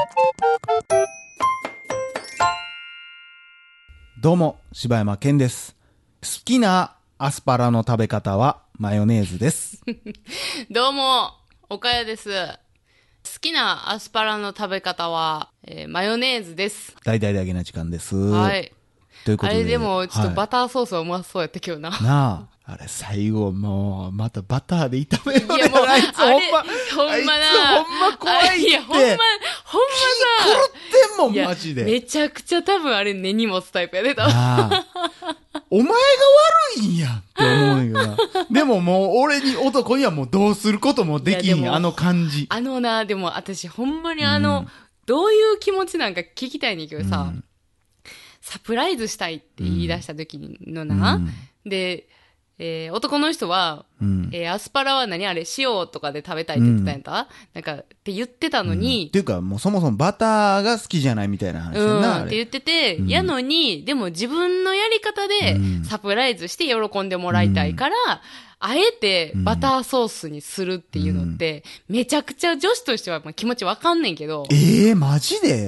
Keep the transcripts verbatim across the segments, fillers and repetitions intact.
どうも、柴山健です。好きなアスパラの食べ方はマヨネーズです。 どうも、岡谷です。好きなアスパラの食べ方は、えー、マヨネーズです。 大々だけな時間です。 はい。 ということで。 あれでも、ちょっとバターソースはうまそうやったけどな。 はい、なあ。あれ最後もう、またバターで炒めるの。いやもう、 あいつほんま、ほんまな。 あいつほんま怖いって。いや、 ほんま、ほんまさ。 気狂ってんもん、マジで。 めちゃくちゃ多分あれ根に持つタイプやで、多分。 なあ。お前が悪いんやって思うんやけどな。でももう俺に男にはもうどうすることもできん、あの感じ。 あのな、でも私ほんまにあの、うん、どういう気持ちなんか聞きたいねんけどさ、うん、サプライズしたいって言い出した時のな、うん、で、えー、男の人は、うんえー、アスパラは何あれ塩とかで食べたいって言ってたんやった、うん、なんかって言ってたのに、うん、 っていうかもうそもそもバターが好きじゃないみたいな話やな、 うん、って言ってて、うん、やのにでも自分のやり方でサプライズして喜んでもらいたいから、うん、あえてバターソースにするっていうのって、うん、めちゃくちゃ女子としては気持ちわかんねんけど、 ええー、マジで、 うん、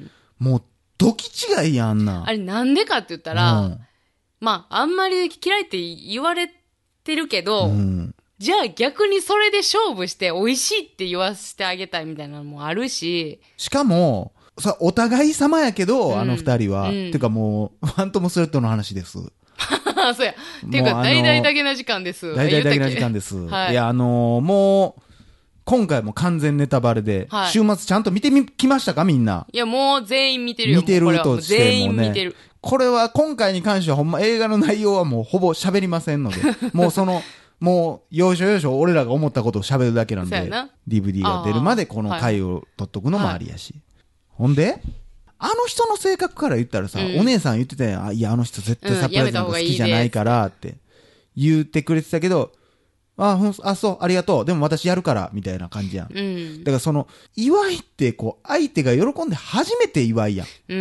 もうどき違いやんな。 あれなんでかって言ったら、うんまあ、あんまり嫌いって言われてるけど、うん、じゃあ逆にそれで勝負して美味しいって言わせてあげたいみたいなのもあるし。 しかも、さ、お互い様やけど、うん、あの二人は。うん、てかもう、ファントムスレッドの話です。 そうや。っていうか、大々だけな時間です。 大々だけな時間です。はい、いや、あのー、もう、今回も完全ネタバレで、はい、週末ちゃんと見てみ、きましたかみんな。 いや、もう全員見てるよ。 見てるとしてもね。 全員見てる。 これは今回に関してはほんま映画の内容はもうほぼ喋りませんので、もうその、もう要所要所俺らが思ったことを喋るだけなんで、ディーブイディー が出るまでこの回を取っとくのもありやし。はい、ほんで、あの人の性格から言ったらさ、うん、お姉さん言ってたやん、いや、あの人絶対サプライズなんか好きじゃないからって言ってくれてたけど、あ、ほん、あ、そう、ありがとう。でも私やるから、みたいな感じやん。うん、だからその、祝いって、こう、相手が喜んで初めて祝いやん。うん、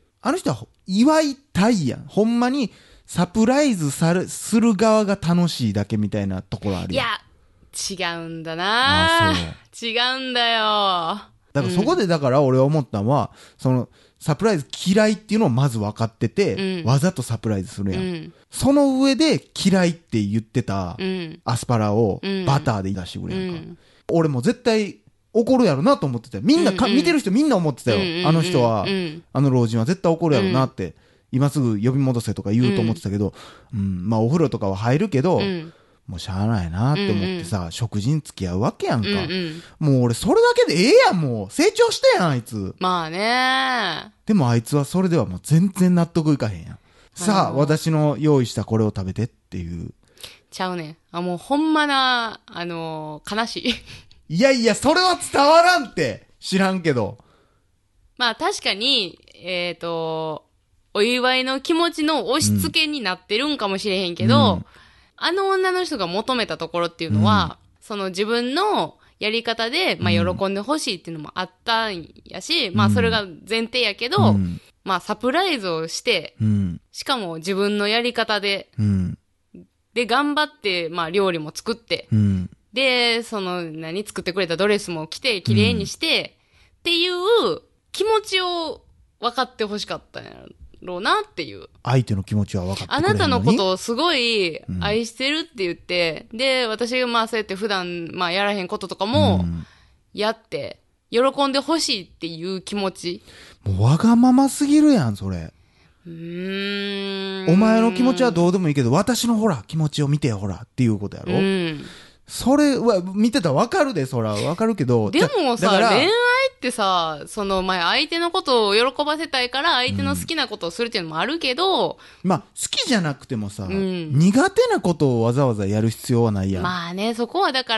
あの人は祝いたいやん。ほんまに、サプライズさる、する側が楽しいだけみたいなところあるやん。 いや、違うんだな。あ、そう。違うんだよ。 だからそこでだから俺は思ったのは、うん、その、サプライズ嫌いっていうのをまず分かってて、うん、わざとサプライズするやん。うん、その上で嫌いって言ってたアスパラをバターで出してくれやんか。うん、俺も絶対怒るやろなと思ってたよ。みんなか、うんうん、見てる人みんな思ってたよ。うんうんうん、あの人は、うん、あの老人は絶対怒るやろなって、うん、今すぐ呼び戻せとか言うと思ってたけど、うんうん、まあお風呂とかは入るけど、うんもうしゃあないなって思ってさ、うんうん、食事に付き合うわけやんか、うんうん。もう俺それだけでええやん、もう。成長してやん、あいつ。 まあね。 でもあいつはそれではもう全然納得いかへんやん。さあ、私の用意したこれを食べてっていう。 ちゃうねん。あ、もうほんまな、あのー、悲しい。いやいや、それは伝わらんって。知らんけど。 まあ確かに、えっと、お祝いの気持ちの押し付けになってるんかもしれへんけど、うんあの女の人が求めたところっていうのは、うん、その自分のやり方で、まあ、喜んでほしいっていうのもあったんやし、うん、まあ、それが前提やけど、うん、まあ、サプライズをして、うん、しかも自分のやり方で、うん、で、頑張って、まあ、料理も作って、うん、で、その、何、作ってくれたドレスも着て、綺麗にして、っていう気持ちを分かってほしかったんやろうなっていう。 相手の気持ちは分かってくれるのに。 あなたのことをすごい愛してるって言って、うん、で、私がまあそうやって普段まあやらへんこととかもやって、喜んでほしいっていう気持ち。 もうわがまますぎるやん、それ。 うーん。 お前の気持ちはどうでもいいけど、私のほら、気持ちを見てよ、ほら、っていうことやろ。うん。それは、見てたらわかるで、そら、わかるけど。 でもさ、恋愛ってさ、その、まあ、相手のことを喜ばせたいから、相手の好きなことをするっていうのもあるけど。 うん、まあ、好きじゃなくてもさ、うん、苦手なことをわざわざやる必要はないやん。 まあね、そこはだから、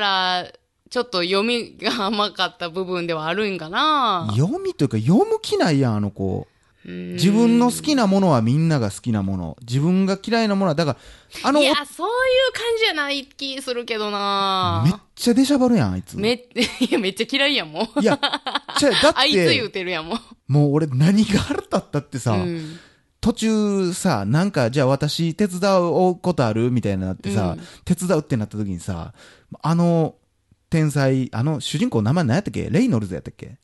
ちょっと読みが甘かった部分ではあるんかな。 読みというか、読む気ないやん、あの子。自分の好きなものはみんなが好きなもの。自分が嫌いなものは、だから、あの。 いや、そういう感じじゃない気するけどな。 めっちゃ出しゃばるやん、あいつ。 め、いや、めっちゃ嫌いやん、もう。 いや、じゃあ、だって。 あいつ言うてるやん、もう。 もう俺何が腹立ったってさ、うん、途中さ、なんか、じゃあ私手伝うことあるみたいになってさ、うん、手伝うってなった時にさ、あの、天才、あの、主人公の名前何やったっけレイノルズやったっけ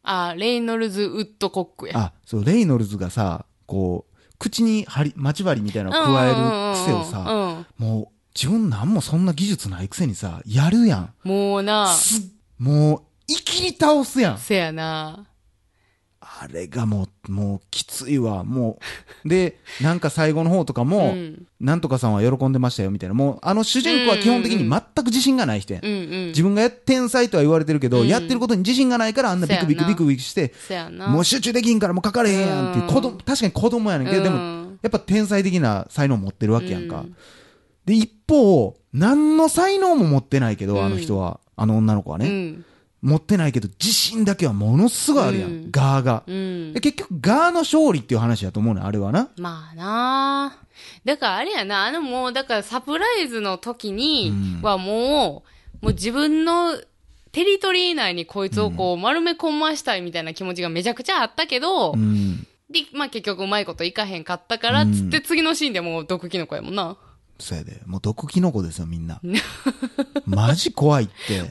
あ、レイノルズ・ウッドコックや。 あ、そう、レイノルズがさ、こう、口に針、待ち針みたいなのを加える癖をさ、うんうんうん、もう、自分なんもそんな技術ないくせにさ、やるやん。 もうな。 す、もう、いきり倒すやん。 せやな。 あれがもう、もうきついわ。もう。で、なんか最後の方とかも、うん、なんとかさんは喜んでましたよみたいな。もう、あの主人公は基本的に全く自信がない人やん。うんうん、自分がや天才とは言われてるけど、うん、やってることに自信がないからあんなビクビクビクビクして、もう集中できんからもう書かれへんやんっていう、子供、確かに子供やねんけど、でも、やっぱ天才的な才能を持ってるわけやんか。うん、で、一方、何の才能も持ってないけど、あの人は、うん、あの女の子はね。うん持ってないけど、自信だけはものすごいあるやん。うん、ガーが、うん、で。結局、ガーの勝利っていう話だと思うね、あれはな。 まあなだからあれやな、あのもう、だからサプライズの時にはもう、うん、もう自分のテリトリー内にこいつをこう丸め込ましたいみたいな気持ちがめちゃくちゃあったけど、うん、で、まあ結局うまいこといかへんかったから、つって次のシーンでもう毒キノコやもんな。 そうやで。もう毒キノコですよ、みんな。マジ怖いって。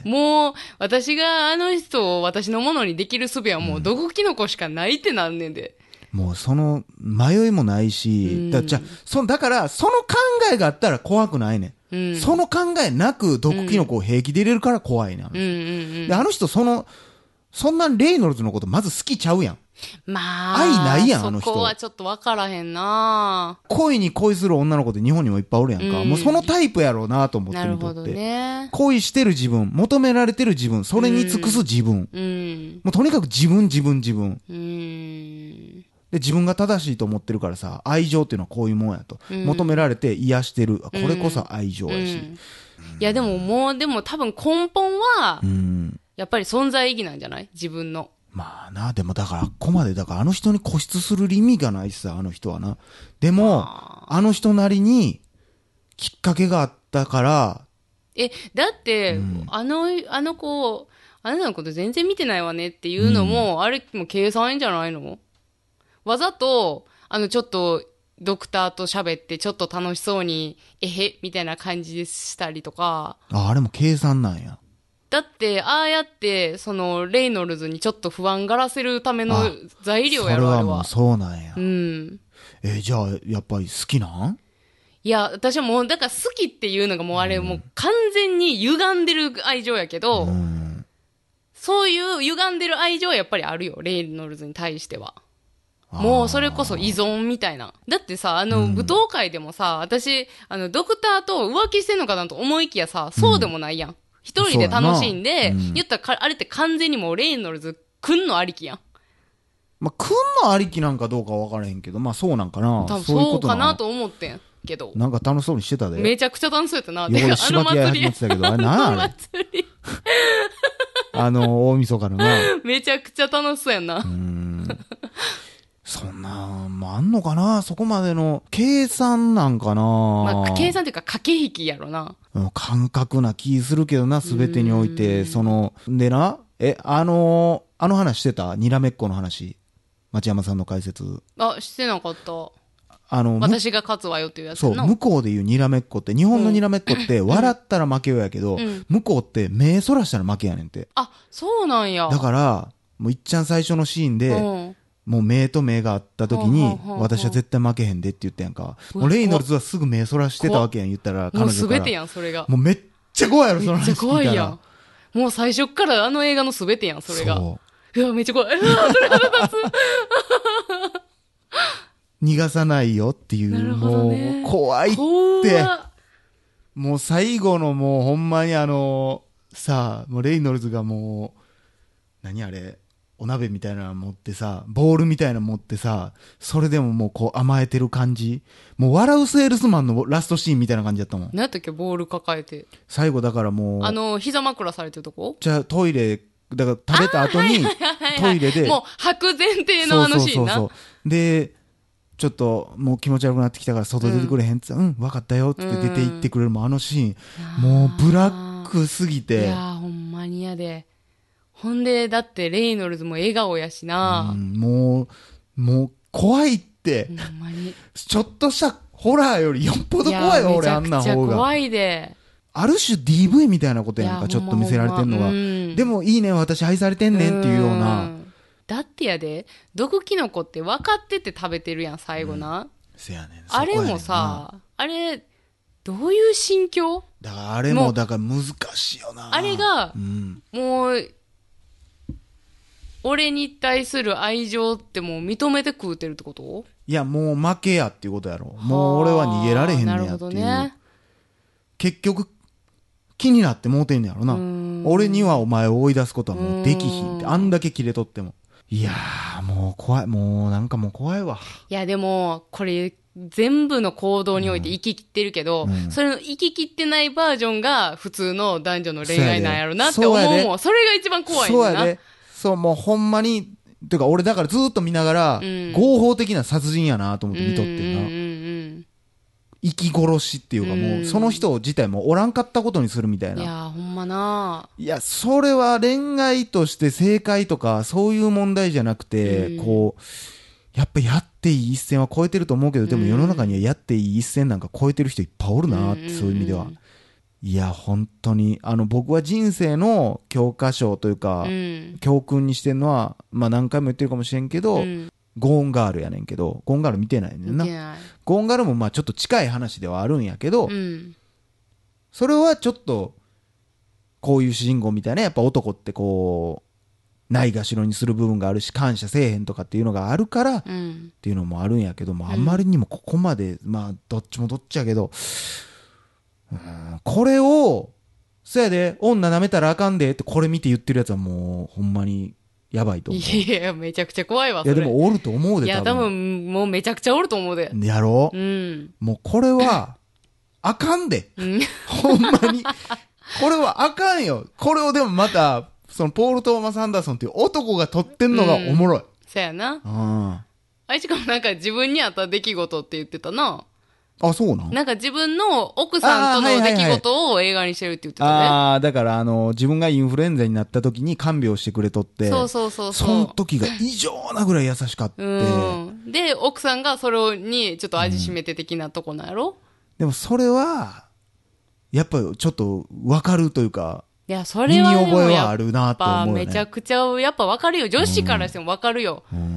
もう、私があの人を私のものにできる術はもう毒キノコしかないってなんねんで。 うん、もうその、迷いもないし、だじゃそだから、その考えがあったら怖くないねん。うん、その考えなく毒キノコを平気で入れるから怖いねん。うんうんうん、で、あの人、その、そんなレイノルズのことまず好きちゃうやん。 まあ、 愛ないやん、あの人。 そこはちょっとわからへんな恋に恋する女の子って日本にもいっぱいおるやんか。うん、もうそのタイプやろうなと思ってみとって。なるほどね。恋してる自分、求められてる自分、それに尽くす自分。うん、もうとにかく自分、自分、自分。うん、で、自分が正しいと思ってるからさ、愛情っていうのはこういうもんやと。うん、求められて癒してる。これこそ愛情やし。うんうん、 いやでももう、でも多分根本は、うん、やっぱり存在意義なんじゃない自分の。 まあな、でもだから、ここまで、だからあの人に固執する意味がないしさ、あの人はな。でも、あ, あの人なりに、きっかけがあったから。 え、だって、うん、あの、あの子、あなたのこと全然見てないわねっていうのも、うん、あれも計算じゃないの？わざと、あの、ちょっと、ドクターと喋って、ちょっと楽しそうに、えへ、みたいな感じでしたりとか。 あ、あれも計算なんや。 だって、ああやって、その、レイノルズにちょっと不安がらせるための材料やろ、あれは。それはもうそうなんや。うん。えー、じゃあ、やっぱり好きなん？ いや、私はもう、だから好きっていうのがもうあれ、うん、もう完全に歪んでる愛情やけど、うん、そういう歪んでる愛情はやっぱりあるよ、レイノルズに対しては。もうそれこそ依存みたいな。だってさ、あの、舞踏会でもさ、うん、私、あの、ドクターと浮気してんのかなと思いきやさ、そうでもないやん。うん一人で楽しんで、うん、言ったらか、あれって完全にもうレイノルズ、くんのありきやん。 まあ、くんのありきなんかどうか分からへんけど、まあそうなんかな。 多分そうかなと思ってんけど。 なんか楽しそうにしてたで。 めちゃくちゃ楽しそうやったな。 で、あの祭りやってたけど、あれなあれ。祭り。あの、大晦日のな。 めちゃくちゃ楽しそうやんな。うーんそんな、まあ、あんのかなそこまでの計算なんかなまあ、計算っていうか駆け引きやろな。 感覚な気するけどな、すべてにおいて。その、でな、え、あの、あの話してたにらめっこの話。町山さんの解説。 あ、してなかった。 あの、 私が勝つわよっていうやつそう、向こうで言うにらめっこって、日本のにらめっこって、笑ったら負けようやけど、うん、向こうって目そらしたら負けやねんて。 あ、そうなんや。 だから、もういっちゃん最初のシーンで、うんもう目と目があった時に、私は絶対負けへんでって言ったやんか。もうレイノルズはすぐ目そらしてたわけやん、言ったら彼女から。もうすべてやん、それが。 もうめっちゃ怖いやろ、その話聞いたら。 めっちゃ怖いやん。もう最初からあの映画のすべてやん、それが。そう。いや、めっちゃ怖い。うわ、それ腹立つ。逃がさないよっていう、もう怖いって。もう最後のもうほんまにあの、さあ、もうレイノルズがもう、何あれお鍋みたいなの持ってさ、ボールみたいなの持ってさ、それでももうこう甘えてる感じ。もう笑うセールスマンのラストシーンみたいな感じだったもん。 何やったっけボール抱えて。 最後だからもう。 あの、膝枕されてるとこじゃあトイレ、だから食べた後に、トイレで。 もう吐く前提のあのシーンな。そうそうそう。 で、ちょっともう気持ち悪くなってきたから外出てくれへんって、うん、うん、分かったよって出て行ってくれるもうあのシーン。もうブラックすぎて。 いやーほんまに嫌で。ほんで、だってレイノルズも笑顔やしな。 うん、もう、もう怖いって。ほんまに。ちょっとしたホラーよりよっぽど怖いわ、俺あんな方が。めちゃくちゃ怖いで。 ある種 ディーブイ みたいなことやんか、ちょっと見せられてんのが。でもいいね、私愛されてんねんっていうような。 だってやで、毒キノコって分かってて食べてるやん、最後な。うん、 せやねん。 あれもさ、あれ、どういう心境？ だからあれも、だから難しいよな。 あれが、うん、もう、俺に対する愛情ってもう認めて食うてるってこと？ いや、もう負けやっていうことやろ。もう俺は逃げられへんねやっていう。なるほどね。結局、気になってもうてんねやろな。俺にはお前を追い出すことはもうできひんって。あんだけ切れとっても。いやー、もう怖い。もうなんかもう怖いわ。 いや、でも、これ、全部の行動において生き切ってるけど、うん、それの生き切ってないバージョンが普通の男女の恋愛なんやろなって思うもん。それが一番怖いんだな。 そうやで。そう、もうほんまに、ていうか俺だからずっと見ながら、うん、合法的な殺人やなと思って見とってんな。うんうんうん、生き殺しっていうかもう、その人自体もおらんかったことにするみたいな。 いやー、ほんまな。 いや、それは恋愛として正解とか、そういう問題じゃなくて、うん、こう、やっぱやっていい一線は超えてると思うけど、でも世の中にはやっていい一線なんか超えてる人いっぱいおるなって、そういう意味では。いや、本当に、あの、僕は人生の教科書というか、うん、教訓にしてるのは、まあ何回も言ってるかもしれんけど、うん、ゴーンガールやねんけど、ゴーンガール見てないねんな。ゴーンガールもまあちょっと近い話ではあるんやけど、うん、それはちょっと、こういう主人公みたいな、やっぱ男ってこう、ないがしろにする部分があるし、感謝せえへんとかっていうのがあるから、っていうのもあるんやけども、あんまりにもここまで、まあ、どっちもどっちやけど、うん、これを、そやで、女舐めたらあかんでってこれ見て言ってるやつはもう、ほんまに、やばいと思う。 いや、めちゃくちゃ怖いわ、 いや、でもおると思うで、 いや、多分、もうめちゃくちゃおると思うで。 やろう、うん、もうこれは、あかんで。うん、ほんまに。これはあかんよ。これをでもまた、そのポール・トーマス・アンダーソンっていう男が撮ってんのがおもろい。うん、 そやな。うん。あいしかもなんか自分にあった出来事って言ってたな。 あ、そうなん？ なんか自分の奥さんとの出来事を映画にしてるって言ってたね。 ああ、だからあの、自分がインフルエンザになった時に看病してくれとって。 そうそうそうそう。 その時が異常なぐらい優しかって。うん。で、奥さんがそれにちょっと味しめて的なとこなんやろ、うん、 でもそれは、やっぱちょっとわかるというか、 いや、それは身に覚えはあるなって思うよね。 めちゃくちゃ、やっぱわかるよ。女子からしてもわかるよ。 うん。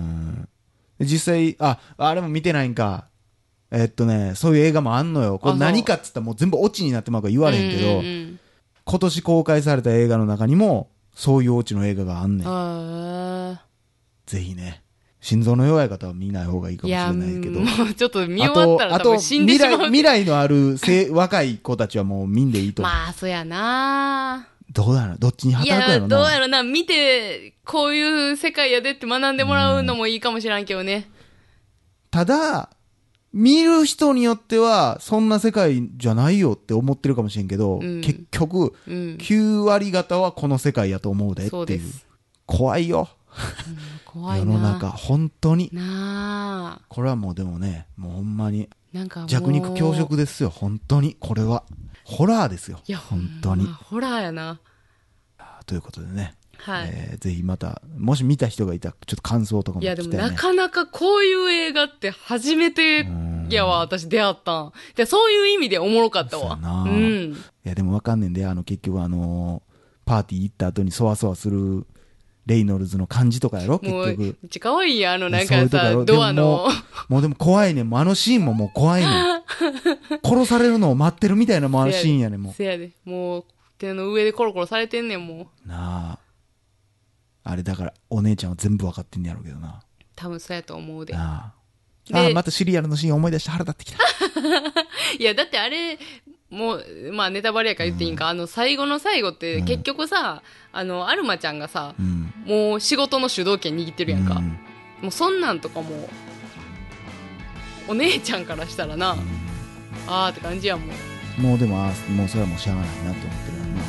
実際、あ、あれも見てないんか。えっとね、そういう映画もあんのよ。これ何かっつったらもう全部オチになってまうから言われへんけど、うんうんうん、今年公開された映画の中にも、そういうオチの映画があんねん。ぜひね。心臓の弱い方は見ない方がいいかもしれないけど。 いや、もうちょっと見終わったら多分死んでしまう。 あと、未来、未来のある若い子たちはもう見んでいいと思う。 まあ、そうやな。 どうだろうどっちに働くやろな。 いや、どうやろな。見て、こういう世界やでって学んでもらうのもいいかもしらんけどね。 ただ、見る人によっては、そんな世界じゃないよって思ってるかもしれんけど、うん、結局、うん、きゅうわりがたはこの世界やと思うでっていう。そうです。怖いよ。うん、怖いな。世の中、本当に。なあ。これはもうでもね、もうほんまに。なんかもう弱肉強食ですよ、本当に。これは。ホラーですよ。いや、本当に。 ホラーやな。 ということでね。はい、えー、ぜひまた、もし見た人がいたら、ちょっと感想とかも聞きたい、ね。 いや、でもなかなかこういう映画って初めてやわ、私出会ったん。で、そういう意味でおもろかったわ。ううん。いや、でもわかんねんで、あの、結局あのー、パーティー行った後にそわそわする、レイノルズの感じとかやろ結局。 めっちゃ可愛いやん、あのなんかさ、ドアの。 もう、もうでも怖いねん。もうあのシーンももう怖いねん。殺されるのを待ってるみたいなもうあのシーンやねん、もう。 せやで。もう、手の上でコロコロされてんねん、もう。なあ。あれだから、お姉ちゃんは全部わかってんねやろうけどな。 多分そうやと思うで。 なあ。ああ、またシリアルのシーン思い出して腹立ってきた。 いや、だってあれ、もう、まあネタバレやから言っていいんか、うん、あの、最後の最後って結局さ、うん、あの、アルマちゃんがさ、うん、もう仕事の主導権握ってるやんか。うん、もうそんなんとかも、お姉ちゃんからしたらな、うん、あーって感じやもん。 もうでも、あもうそれはもうしゃあないなと思ってるやんな。ということでね。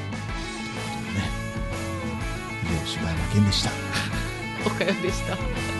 以上、柴山健でした。 おかよでした。